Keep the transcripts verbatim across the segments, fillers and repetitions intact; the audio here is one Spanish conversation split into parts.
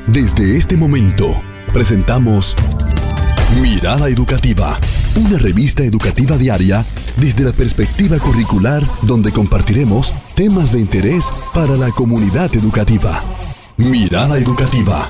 Desde este momento, presentamos Mirada Educativa, una revista educativa diaria desde la perspectiva curricular donde compartiremos temas de interés para la comunidad educativa. Mirada Educativa.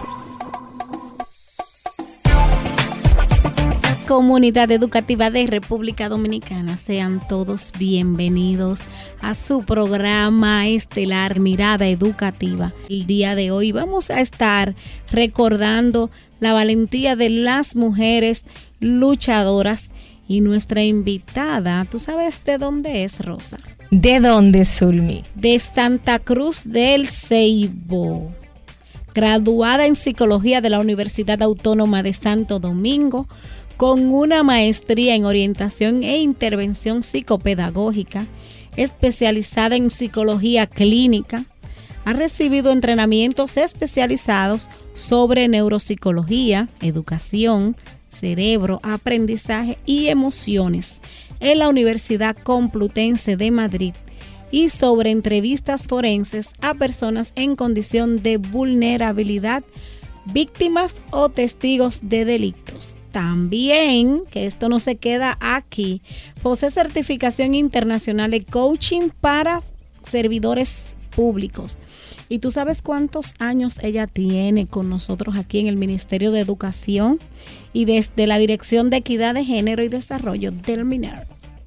Comunidad educativa de República Dominicana, sean todos bienvenidos a su programa estelar Mirada Educativa. El día de hoy vamos a estar recordando la valentía de las mujeres luchadoras y nuestra invitada, ¿tú sabes de dónde es, Rosa? ¿De dónde, Zulmi? De Santa Cruz del Ceibo. Graduada en Psicología de la Universidad Autónoma de Santo Domingo, con una maestría en orientación e intervención psicopedagógica, especializada en psicología clínica, ha recibido entrenamientos especializados sobre neuropsicología, educación, cerebro, aprendizaje y emociones en la Universidad Complutense de Madrid y sobre entrevistas forenses a personas en condición de vulnerabilidad, víctimas o testigos de delitos. También, que esto no se queda aquí, posee certificación internacional de coaching para servidores públicos. ¿Y tú sabes cuántos años ella tiene con nosotros aquí en el Ministerio de Educación y desde la Dirección de Equidad de Género y Desarrollo del MINER?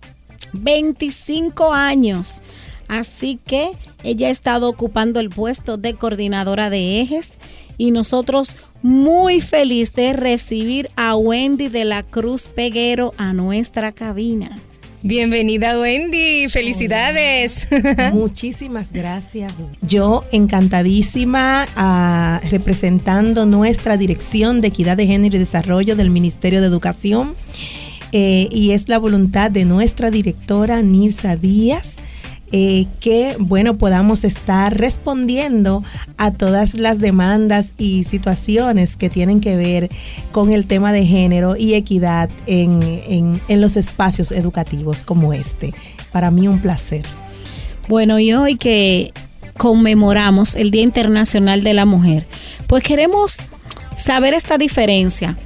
veinticinco años. Así que ella ha estado ocupando el puesto de coordinadora de ejes y nosotros muy feliz de recibir a Wendy de la Cruz Peguero a nuestra cabina. Bienvenida, Wendy, felicidades. Hola. Muchísimas gracias. Yo encantadísima uh, representando nuestra Dirección de Equidad de Género y Desarrollo del Ministerio de Educación eh, y es la voluntad de nuestra directora Nilsa Díaz. Eh, que bueno podamos estar respondiendo a todas las demandas y situaciones que tienen que ver con el tema de género y equidad en, en, en los espacios educativos como este. Para mí un placer. Bueno, y hoy que conmemoramos el Día Internacional de la Mujer, pues queremos saber esta diferencia.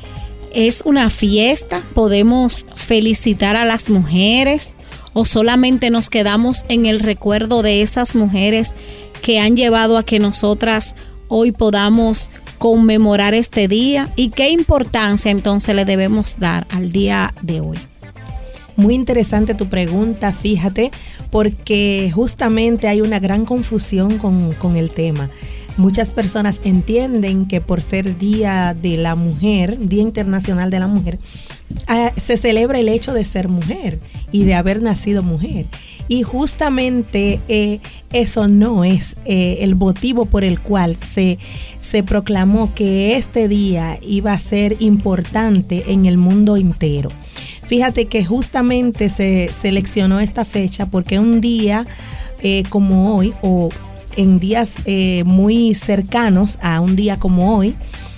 ¿Es una fiesta? ¿Podemos felicitar a las mujeres? ¿O solamente nos quedamos en el recuerdo de esas mujeres que han llevado a que nosotras hoy podamos conmemorar este día? ¿Y qué importancia entonces le debemos dar al día de hoy? Muy interesante tu pregunta, fíjate, porque justamente hay una gran confusión con, con el tema. Muchas personas entienden que por ser Día de la Mujer, Día Internacional de la Mujer, eh, se celebra el hecho de ser mujer y de haber nacido mujer. Y justamente eh, eso no es eh, el motivo por el cual se, se proclamó que este día iba a ser importante en el mundo entero. Fíjate que justamente se seleccionó esta fecha porque un día eh, como hoy, o en días eh, muy cercanos a un día como hoy,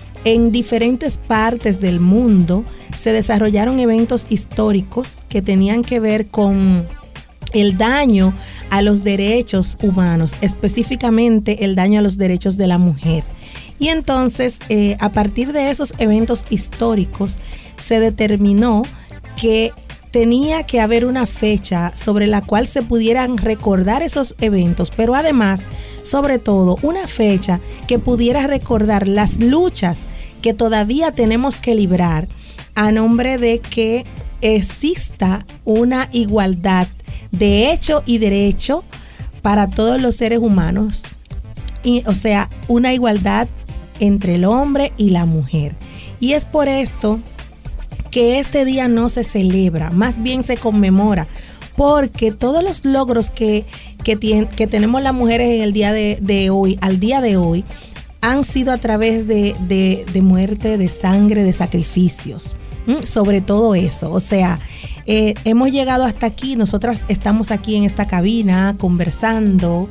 en diferentes partes del mundo se desarrollaron eventos históricos que tenían que ver con el daño a los derechos humanos, específicamente el daño a los derechos de la mujer. Y entonces, eh, a partir de esos eventos históricos, se determinó que tenía que haber una fecha sobre la cual se pudieran recordar esos eventos, pero además, sobre todo, una fecha que pudiera recordar las luchas que todavía tenemos que librar a nombre de que exista una igualdad de hecho y derecho para todos los seres humanos, y, o sea, una igualdad entre el hombre y la mujer. Y es por esto que este día no se celebra, más bien se conmemora, porque todos los logros que, que, tien, que tenemos las mujeres en el día de, de hoy, al día de hoy, han sido a través de, de, de muerte, de sangre, de sacrificios, ¿Mm? sobre todo eso. O sea, eh, hemos llegado hasta aquí, nosotras estamos aquí en esta cabina conversando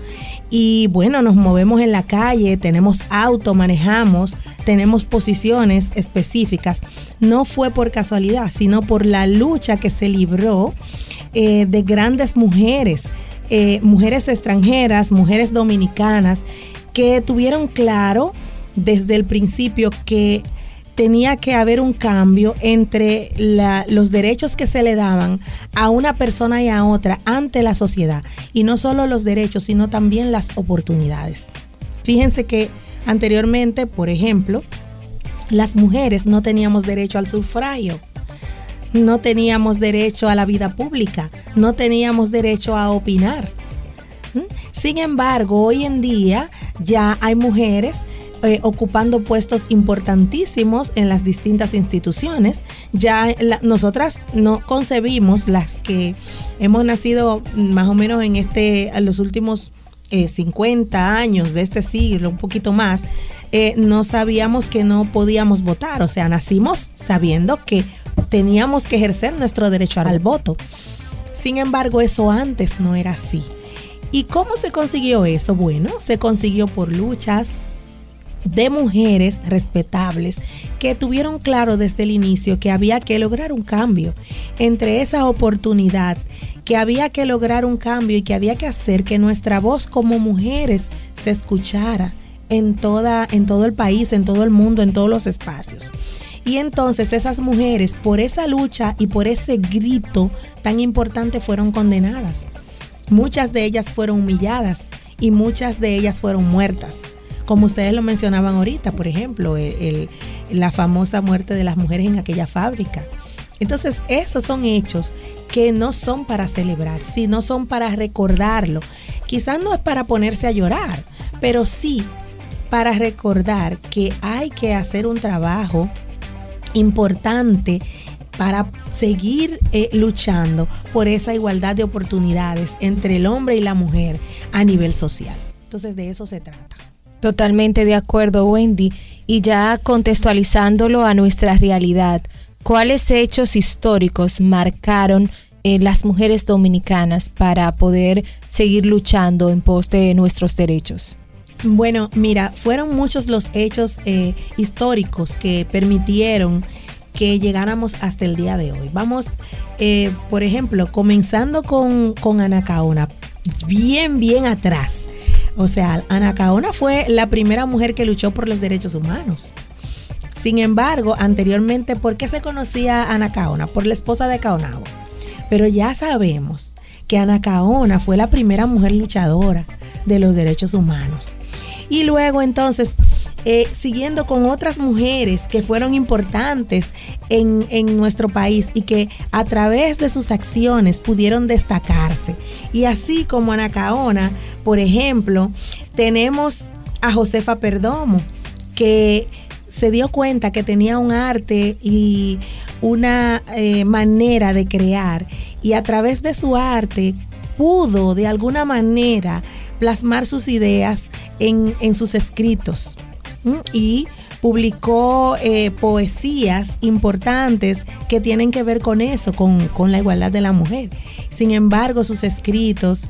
y bueno, nos movemos en la calle, tenemos auto, manejamos, tenemos posiciones específicas. No fue por casualidad, sino por la lucha que se libró eh, de grandes mujeres, eh, mujeres extranjeras, mujeres dominicanas, que tuvieron claro desde el principio que tenía que haber un cambio entre la, los derechos que se le daban a una persona y a otra ante la sociedad. Y no solo los derechos, sino también las oportunidades. Fíjense que anteriormente, por ejemplo, las mujeres no teníamos derecho al sufragio, no teníamos derecho a la vida pública, no teníamos derecho a opinar. Sin embargo, hoy en día ya hay mujeres Eh, ocupando puestos importantísimos en las distintas instituciones. Ya la, nosotras no concebimos, las que hemos nacido más o menos en este, en los últimos eh, cincuenta años de este siglo, un poquito más, eh, no sabíamos que no podíamos votar. O sea, nacimos sabiendo que teníamos que ejercer nuestro derecho al voto. Sin embargo, eso antes no era así. ¿Y cómo se consiguió eso? Bueno, se consiguió por luchas de mujeres respetables que tuvieron claro desde el inicio que había que lograr un cambio entre esa oportunidad, que había que lograr un cambio y que había que hacer que nuestra voz como mujeres se escuchara en toda, en todo el país, en todo el mundo, en todos los espacios. Y entonces esas mujeres, por esa lucha y por ese grito tan importante, fueron condenadas. Muchas de ellas fueron humilladas y muchas de ellas fueron muertas. Como ustedes lo mencionaban ahorita, por ejemplo, el, el, la famosa muerte de las mujeres en aquella fábrica. Entonces, esos son hechos que no son para celebrar, sino son para recordarlo. Quizás no es para ponerse a llorar, pero sí para recordar que hay que hacer un trabajo importante para seguir eh, luchando por esa igualdad de oportunidades entre el hombre y la mujer a nivel social. Entonces, de eso se trata. Totalmente de acuerdo, Wendy. Y ya contextualizándolo a nuestra realidad, ¿cuáles hechos históricos marcaron eh, las mujeres dominicanas para poder seguir luchando en pos de nuestros derechos? Bueno, mira, fueron muchos los hechos eh, históricos que permitieron que llegáramos hasta el día de hoy. Vamos, eh, por ejemplo, comenzando con, con Anacaona, bien, bien atrás. O sea, Anacaona fue la primera mujer que luchó por los derechos humanos. Sin embargo, anteriormente, ¿por qué se conocía a Anacaona? Por la esposa de Caonabo. Pero ya sabemos que Anacaona fue la primera mujer luchadora de los derechos humanos. Y luego, entonces, eh, siguiendo con otras mujeres que fueron importantes en, en nuestro país y que a través de sus acciones pudieron destacarse. Y así como Anacaona, por ejemplo, tenemos a Josefa Perdomo, que se dio cuenta que tenía un arte y una eh, manera de crear, y a través de su arte pudo de alguna manera plasmar sus ideas en, en sus escritos. ¿Mm? Y publicó eh, poesías importantes que tienen que ver con eso, con, con la igualdad de la mujer. Sin embargo, sus escritos,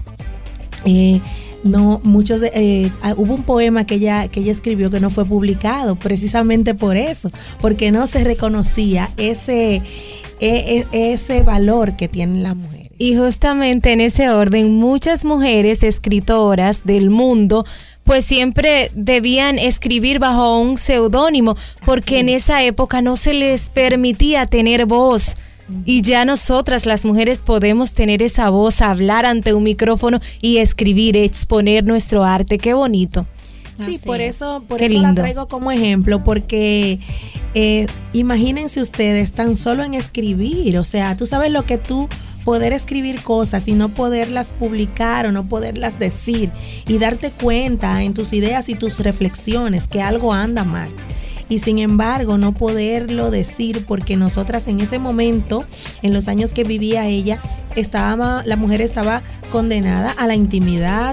eh, no, muchos de, eh, hubo un poema que ella, que ella escribió que no fue publicado, precisamente por eso, porque no se reconocía ese, eh, ese valor que tienen las mujeres. Y justamente en ese orden, muchas mujeres escritoras del mundo pues siempre debían escribir bajo un seudónimo, porque en esa época no se les permitía tener voz. Y ya nosotras las mujeres podemos tener esa voz, hablar ante un micrófono y escribir, exponer nuestro arte. Qué bonito. Sí, Así por eso, por Qué eso lindo. la traigo como ejemplo, porque eh, imagínense ustedes tan solo en escribir, o sea, tú sabes lo que tú poder escribir cosas y no poderlas publicar o no poderlas decir y darte cuenta en tus ideas y tus reflexiones que algo anda mal. Y sin embargo no poderlo decir porque nosotras en ese momento, en los años que vivía ella, estaba, la mujer estaba condenada a la intimidad,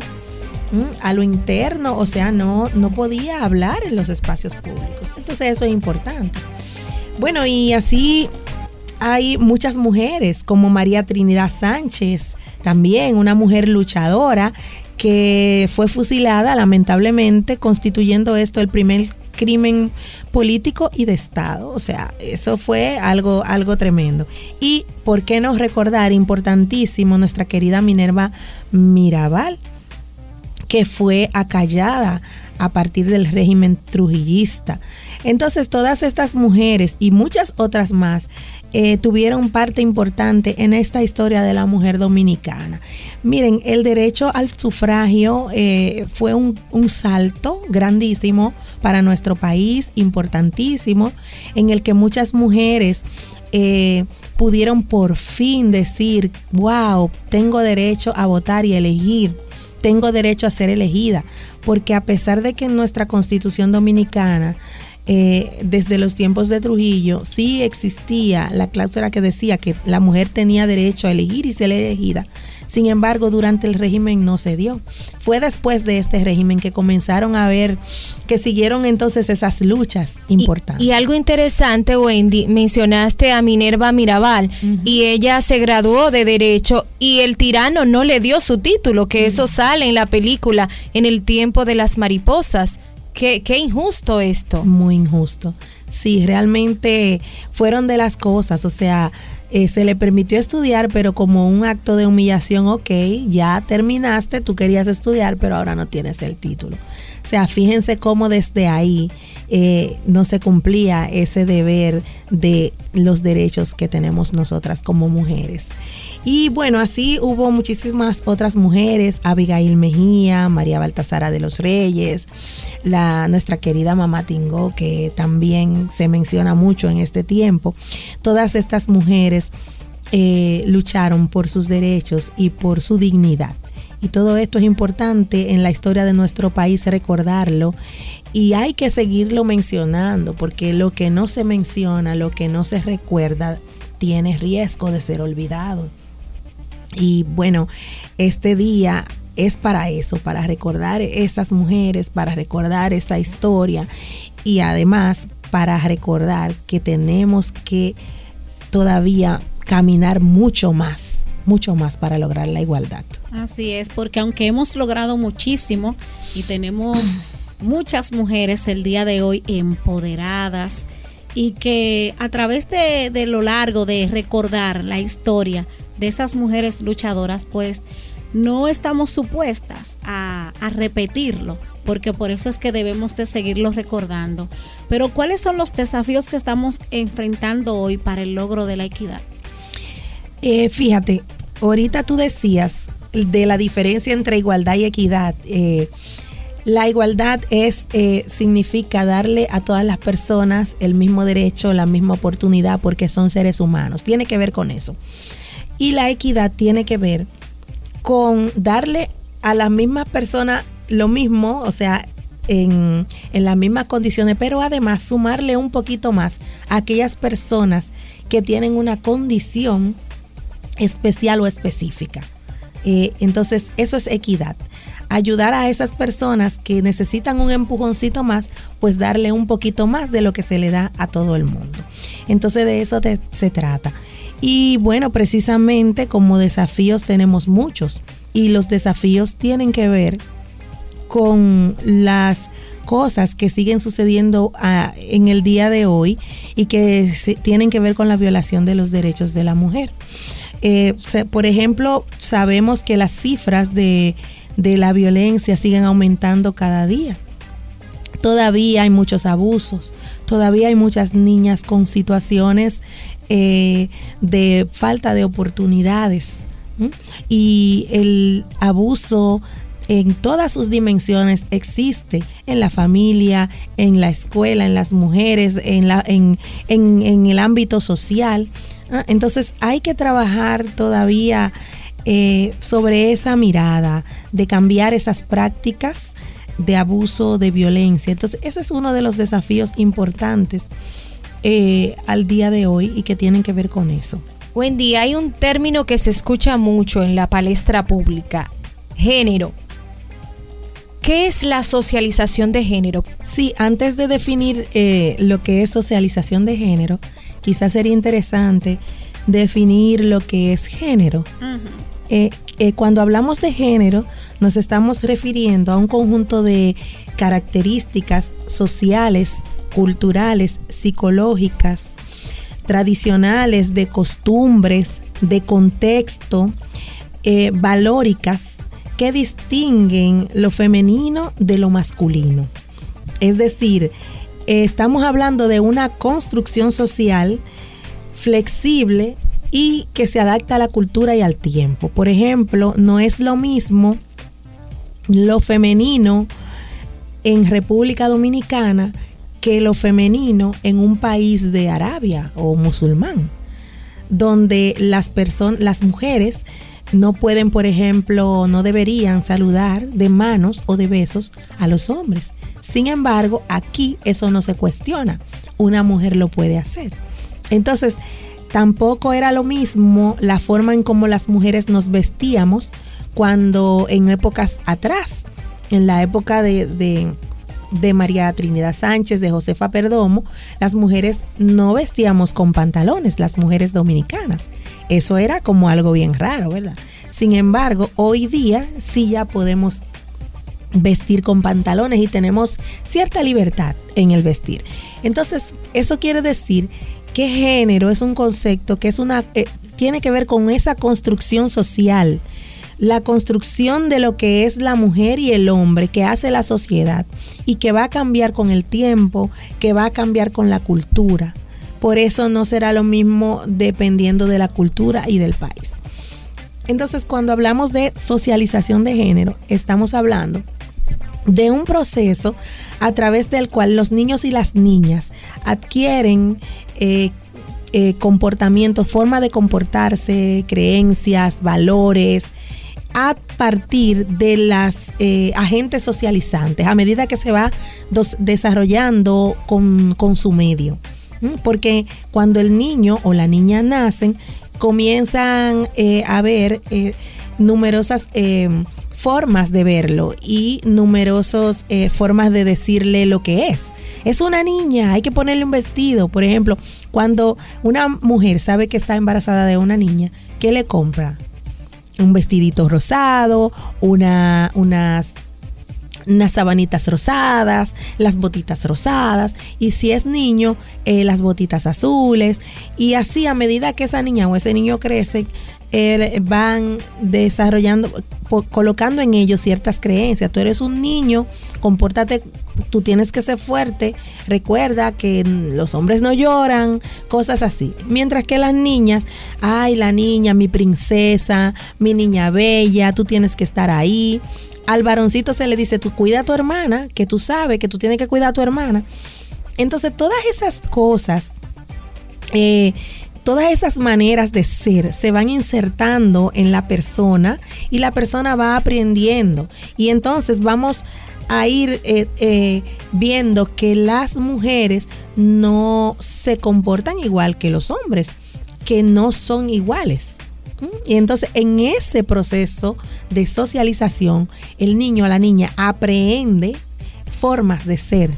a lo interno, o sea, no, no podía hablar en los espacios públicos. Entonces eso es importante. Bueno, y así hay muchas mujeres como María Trinidad Sánchez, también una mujer luchadora que fue fusilada lamentablemente, constituyendo esto el primer crimen político y de Estado. O sea, eso fue algo, algo tremendo. Y por qué no recordar, importantísimo, nuestra querida Minerva Mirabal, que fue acallada a partir del régimen trujillista. Entonces, todas estas mujeres y muchas otras más eh, tuvieron parte importante en esta historia de la mujer dominicana. Miren, el derecho al sufragio eh, fue un, un salto grandísimo para nuestro país, importantísimo, en el que muchas mujeres eh, pudieron por fin decir, wow, tengo derecho a votar y elegir, tengo derecho a ser elegida, porque a pesar de que en nuestra Constitución Dominicana, eh, desde los tiempos de Trujillo, sí existía la cláusula que decía que la mujer tenía derecho a elegir y ser elegida. Sin embargo, durante el régimen no se dio. Fue después de este régimen que comenzaron a ver, que siguieron entonces esas luchas importantes. Y, y algo interesante, Wendy, mencionaste a Minerva Mirabal, uh-huh. y ella se graduó de Derecho y el tirano no le dio su título, que uh-huh. eso sale en la película En el tiempo de las mariposas. Qué, qué injusto esto. Muy injusto. Sí, realmente fueron de las cosas, o sea, Eh, se le permitió estudiar, pero como un acto de humillación, ok, ya terminaste, tú querías estudiar, pero ahora no tienes el título. O sea, fíjense cómo desde ahí eh, no se cumplía ese deber de los derechos que tenemos nosotras como mujeres. Y bueno, así hubo muchísimas otras mujeres, Abigail Mejía, María Baltasara de los Reyes, la, nuestra querida Mamá Tingó, que también se menciona mucho en este tiempo. Todas estas mujeres eh, lucharon por sus derechos y por su dignidad. Y todo esto es importante en la historia de nuestro país recordarlo, y hay que seguirlo mencionando, porque lo que no se menciona, lo que no se recuerda, tiene riesgo de ser olvidado. Y bueno, este día es para eso, para recordar esas mujeres, para recordar esta historia, y además para recordar que tenemos que todavía caminar mucho más, mucho más para lograr la igualdad. Así es, porque aunque hemos logrado muchísimo y tenemos muchas mujeres el día de hoy empoderadas, y que a través de, de lo largo de recordar la historia de esas mujeres luchadoras, pues no estamos supuestas a, a repetirlo, porque por eso es que debemos de seguirlo recordando. Pero ¿cuáles son los desafíos que estamos enfrentando hoy para el logro de la equidad? Eh, fíjate, ahorita tú decías de la diferencia entre igualdad y equidad. Eh, la igualdad es eh, significa darle a todas las personas el mismo derecho, la misma oportunidad, porque son seres humanos. Tiene que ver con eso. Y la equidad tiene que ver con darle a las mismas personas lo mismo, o sea, en, en las mismas condiciones, pero además sumarle un poquito más a aquellas personas que tienen una condición especial o específica. Eh, entonces, eso es equidad. Ayudar a esas personas que necesitan un empujoncito más, pues darle un poquito más de lo que se le da a todo el mundo. Entonces, de eso te, se trata. Y bueno, precisamente como desafíos tenemos muchos, y los desafíos tienen que ver con las cosas que siguen sucediendo uh, en el día de hoy, y que se, tienen que ver con la violación de los derechos de la mujer. Eh, se, por ejemplo, sabemos que las cifras de, de la violencia siguen aumentando cada día. Todavía hay muchos abusos, todavía hay muchas niñas con situaciones Eh, de falta de oportunidades, ¿sí? Y el abuso en todas sus dimensiones existe en la familia, en la escuela, en las mujeres, en, la, en, en, en el ámbito social. ¿Ah? Entonces hay que trabajar todavía eh, sobre esa mirada de cambiar esas prácticas de abuso, de violencia. Entonces ese es uno de los desafíos importantes Eh, al día de hoy, y que tienen que ver con eso. Wendy, hay un término que se escucha mucho en la palestra pública: género. ¿Qué es la socialización de género? Sí, antes de definir eh, lo que es socialización de género, quizás sería interesante definir lo que es género. Uh-huh. Eh, eh, cuando hablamos de género, nos estamos refiriendo a un conjunto de características sociales, culturales, psicológicas, tradicionales, de costumbres, de contexto, eh, valóricas, que distinguen lo femenino de lo masculino. Es decir, eh, estamos hablando de una construcción social flexible y que se adapta a la cultura y al tiempo. Por ejemplo, no es lo mismo lo femenino en República Dominicana que lo femenino en un país de Arabia o musulmán, donde las personas, las mujeres no pueden, por ejemplo, no deberían saludar de manos o de besos a los hombres. Sin embargo, aquí eso no se cuestiona. Una mujer lo puede hacer. Entonces, tampoco era lo mismo la forma en cómo las mujeres nos vestíamos cuando en épocas atrás, en la época de, de, de María Trinidad Sánchez, de Josefa Perdomo, las mujeres no vestíamos con pantalones, las mujeres dominicanas. Eso era como algo bien raro, ¿verdad? Sin embargo, hoy día sí ya podemos vestir con pantalones y tenemos cierta libertad en el vestir. Entonces, eso quiere decir que género es un concepto que es una eh, tiene que ver con esa construcción social, la construcción de lo que es la mujer y el hombre que hace la sociedad y que va a cambiar con el tiempo, que va a cambiar con la cultura. Por eso no será lo mismo dependiendo de la cultura y del país. Entonces, cuando hablamos de socialización de género, estamos hablando de un proceso a través del cual los niños y las niñas adquieren eh, eh, comportamientos, forma de comportarse, creencias, valores, a partir de las eh, agentes socializantes, a medida que se va dos, desarrollando con, con su medio. ¿Mm? Porque cuando el niño o la niña nacen, comienzan eh, a ver eh, numerosas eh, formas de verlo y numerosas eh, formas de decirle lo que es. Es una niña, hay que ponerle un vestido. Por ejemplo, cuando una mujer sabe que está embarazada de una niña, ¿qué le compra? Un vestidito rosado, una, unas, unas sabanitas rosadas, las botitas rosadas, y si es niño, eh, las botitas azules. Y así, a medida que esa niña o ese niño crece, eh, van desarrollando, po, colocando en ellos ciertas creencias. Tú eres un niño, compórtate, tú tienes que ser fuerte, recuerda que los hombres no lloran, cosas así. Mientras que las niñas, ay, la niña, mi princesa, mi niña bella, tú tienes que estar ahí. Al varoncito se le dice, tú cuida a tu hermana, que tú sabes que tú tienes que cuidar a tu hermana. Entonces, todas esas cosas, eh, todas esas maneras de ser se van insertando en la persona y la persona va aprendiendo. Y entonces vamos a ir eh, eh, viendo que las mujeres no se comportan igual que los hombres, que no son iguales. Y entonces en ese proceso de socialización, el niño o la niña aprende formas de ser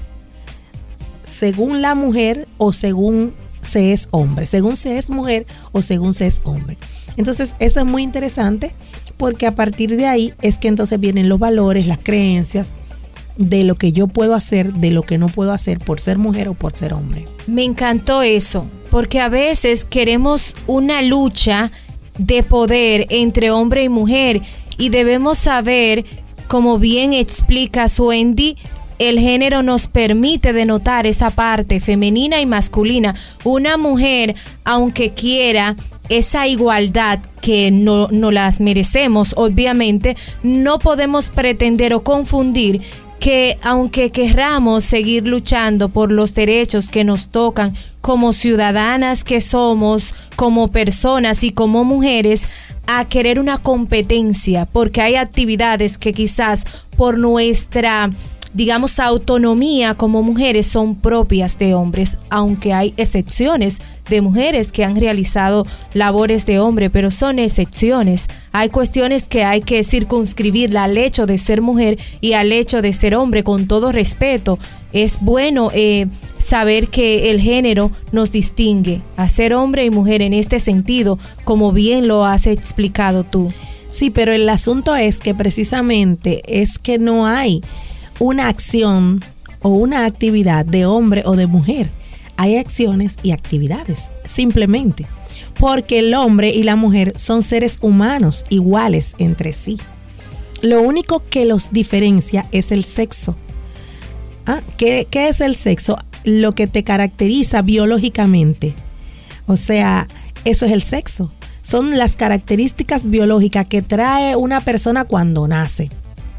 según la mujer o según se es hombre, según se es mujer o según se es hombre. Entonces eso es muy interesante porque a partir de ahí es que entonces vienen los valores, las creencias de lo que yo puedo hacer, de lo que no puedo hacer por ser mujer o por ser hombre. Me encantó eso, porque a veces queremos una lucha de poder entre hombre y mujer y debemos saber, como bien explica Wendy, el género nos permite denotar esa parte femenina y masculina. Una mujer, aunque quiera esa igualdad que no, no las merecemos, obviamente, no podemos pretender o confundir que aunque querramos seguir luchando por los derechos que nos tocan como ciudadanas que somos, como personas y como mujeres, a querer una competencia, porque hay actividades que quizás por nuestra, digamos, autonomía como mujeres son propias de hombres, aunque hay excepciones de mujeres que han realizado labores de hombre, pero son excepciones. Hay cuestiones que hay que circunscribirla al hecho de ser mujer y al hecho de ser hombre, con todo respeto. Es bueno eh, saber que el género nos distingue a ser hombre y mujer en este sentido, como bien lo has explicado tú. Sí, pero el asunto es que precisamente es que no hay una acción o una actividad de hombre o de mujer. Hay acciones y actividades, simplemente, porque el hombre y la mujer son seres humanos iguales entre sí. lo único que los diferencia es el sexo. ¿Ah? ¿Qué, ¿Qué es el sexo? Lo que te caracteriza biológicamente. O sea, eso es el sexo. Son las características biológicas que trae una persona cuando nace.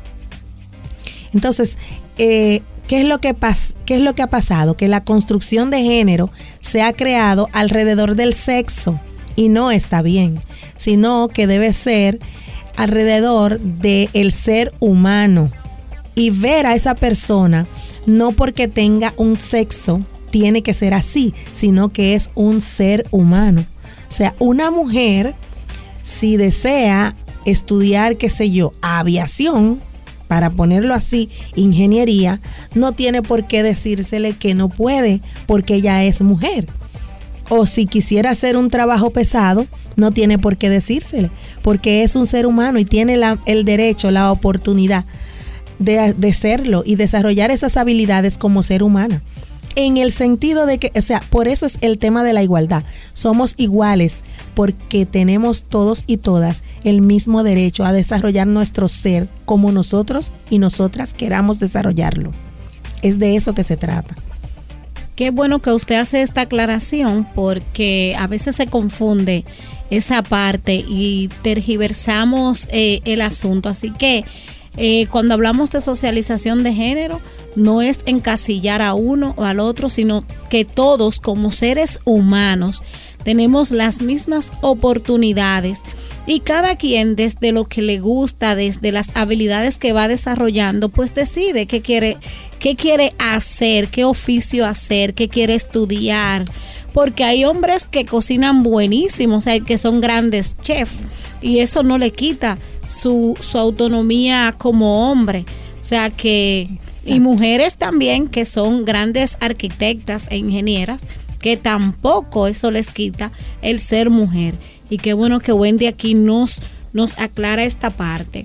Entonces, eh, ¿qué es lo que pas- qué es lo que ha pasado? Que la construcción de género se ha creado alrededor del sexo y no está bien, sino que debe ser alrededor del ser humano y ver a esa persona no porque tenga un sexo tiene que ser así, sino que es un ser humano. O sea, una mujer, si desea estudiar, qué sé yo, aviación, para ponerlo así, ingeniería, no tiene por qué decírsele que no puede porque ella es mujer. O si quisiera hacer un trabajo pesado, no tiene por qué decírsele, porque es un ser humano y tiene la, el derecho, la oportunidad de, de serlo y desarrollar esas habilidades como ser humana. En el sentido de que, o sea, por eso es el tema de la igualdad. Somos iguales porque tenemos todos y todas el mismo derecho a desarrollar nuestro ser como nosotros y nosotras queramos desarrollarlo. Es de eso que se trata. Qué bueno que usted hace esta aclaración porque a veces se confunde esa parte y tergiversamos eh, el asunto. Así que eh, cuando hablamos de socialización de género, no es encasillar a uno o al otro, sino que todos como seres humanos tenemos las mismas oportunidades y cada quien desde lo que le gusta, desde las habilidades que va desarrollando, pues decide qué quiere, qué quiere hacer, qué oficio hacer, qué quiere estudiar, porque hay hombres que cocinan buenísimo, o sea, que son grandes chefs y eso no le quita su, su autonomía como hombre, o sea que... Y mujeres también que son grandes arquitectas e ingenieras, que tampoco eso les quita el ser mujer. Y qué bueno que Wendy aquí nos, nos aclara esta parte.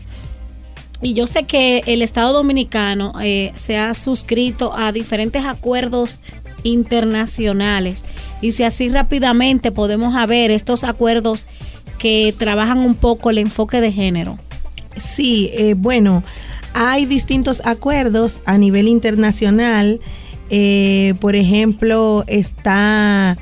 Y yo sé que el Estado Dominicano eh, se ha suscrito a diferentes acuerdos internacionales. Y si así rápidamente podemos ver estos acuerdos que trabajan un poco el enfoque de género. Sí, eh, bueno... Hay distintos acuerdos a nivel internacional, eh, por ejemplo, está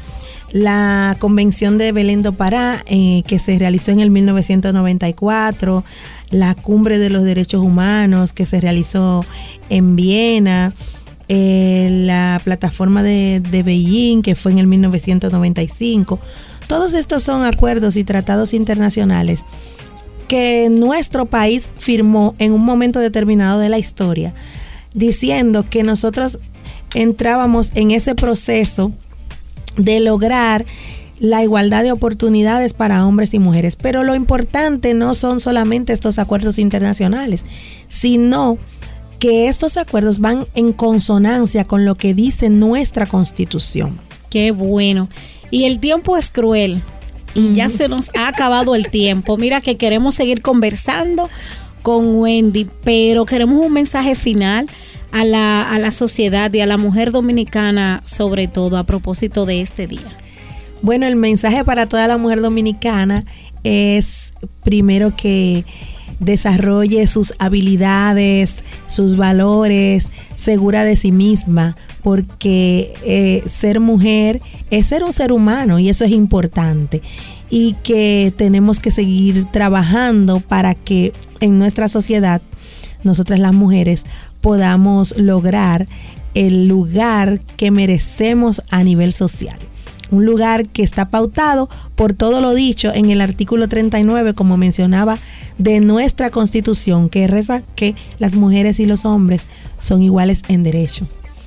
la Convención de Belén do Pará, eh, que se realizó en el mil novecientos noventa y cuatro, la Cumbre de los Derechos Humanos, que se realizó en Viena, eh, la Plataforma de, de Beijing, que fue en el mil novecientos noventa y cinco. Todos estos son acuerdos y tratados internacionales que nuestro país firmó en un momento determinado de la historia, diciendo que nosotros entrábamos en ese proceso de lograr la igualdad de oportunidades para hombres y mujeres. Pero lo importante no son solamente estos acuerdos internacionales, sino que estos acuerdos van en consonancia con lo que dice nuestra Constitución. Qué bueno. Y el tiempo es cruel. Y ya se nos ha acabado el tiempo. Mira que queremos seguir conversando con Wendy, pero queremos un mensaje final a la, a la sociedad y a la mujer dominicana, sobre todo a propósito de este día. Bueno, el mensaje para toda la mujer dominicana es primero que desarrolle sus habilidades, sus valores, segura de sí misma, porque eh, ser mujer es ser un ser humano y eso es importante, y que tenemos que seguir trabajando para que en nuestra sociedad, nosotras las mujeres, podamos lograr el lugar que merecemos a nivel social. Un lugar que está pautado por todo lo dicho en el artículo treinta y nueve, como mencionaba, de nuestra Constitución, que reza que las mujeres y los hombres son iguales en derecho.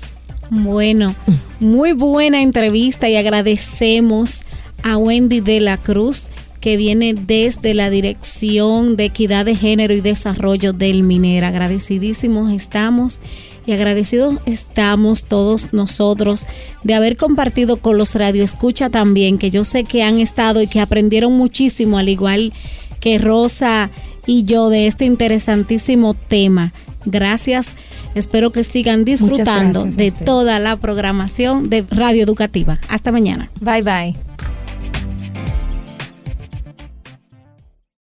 Bueno, muy buena entrevista y agradecemos a Wendy de la Cruz, que viene desde la Dirección de Equidad de Género y Desarrollo del MINER. Agradecidísimos estamos y agradecidos estamos todos nosotros de haber compartido con los radioescucha también, que yo sé que han estado y que aprendieron muchísimo, al igual que Rosa y yo, de este interesantísimo tema. Gracias, espero que sigan disfrutando de toda la programación de Radio Educativa. Hasta mañana. Bye bye.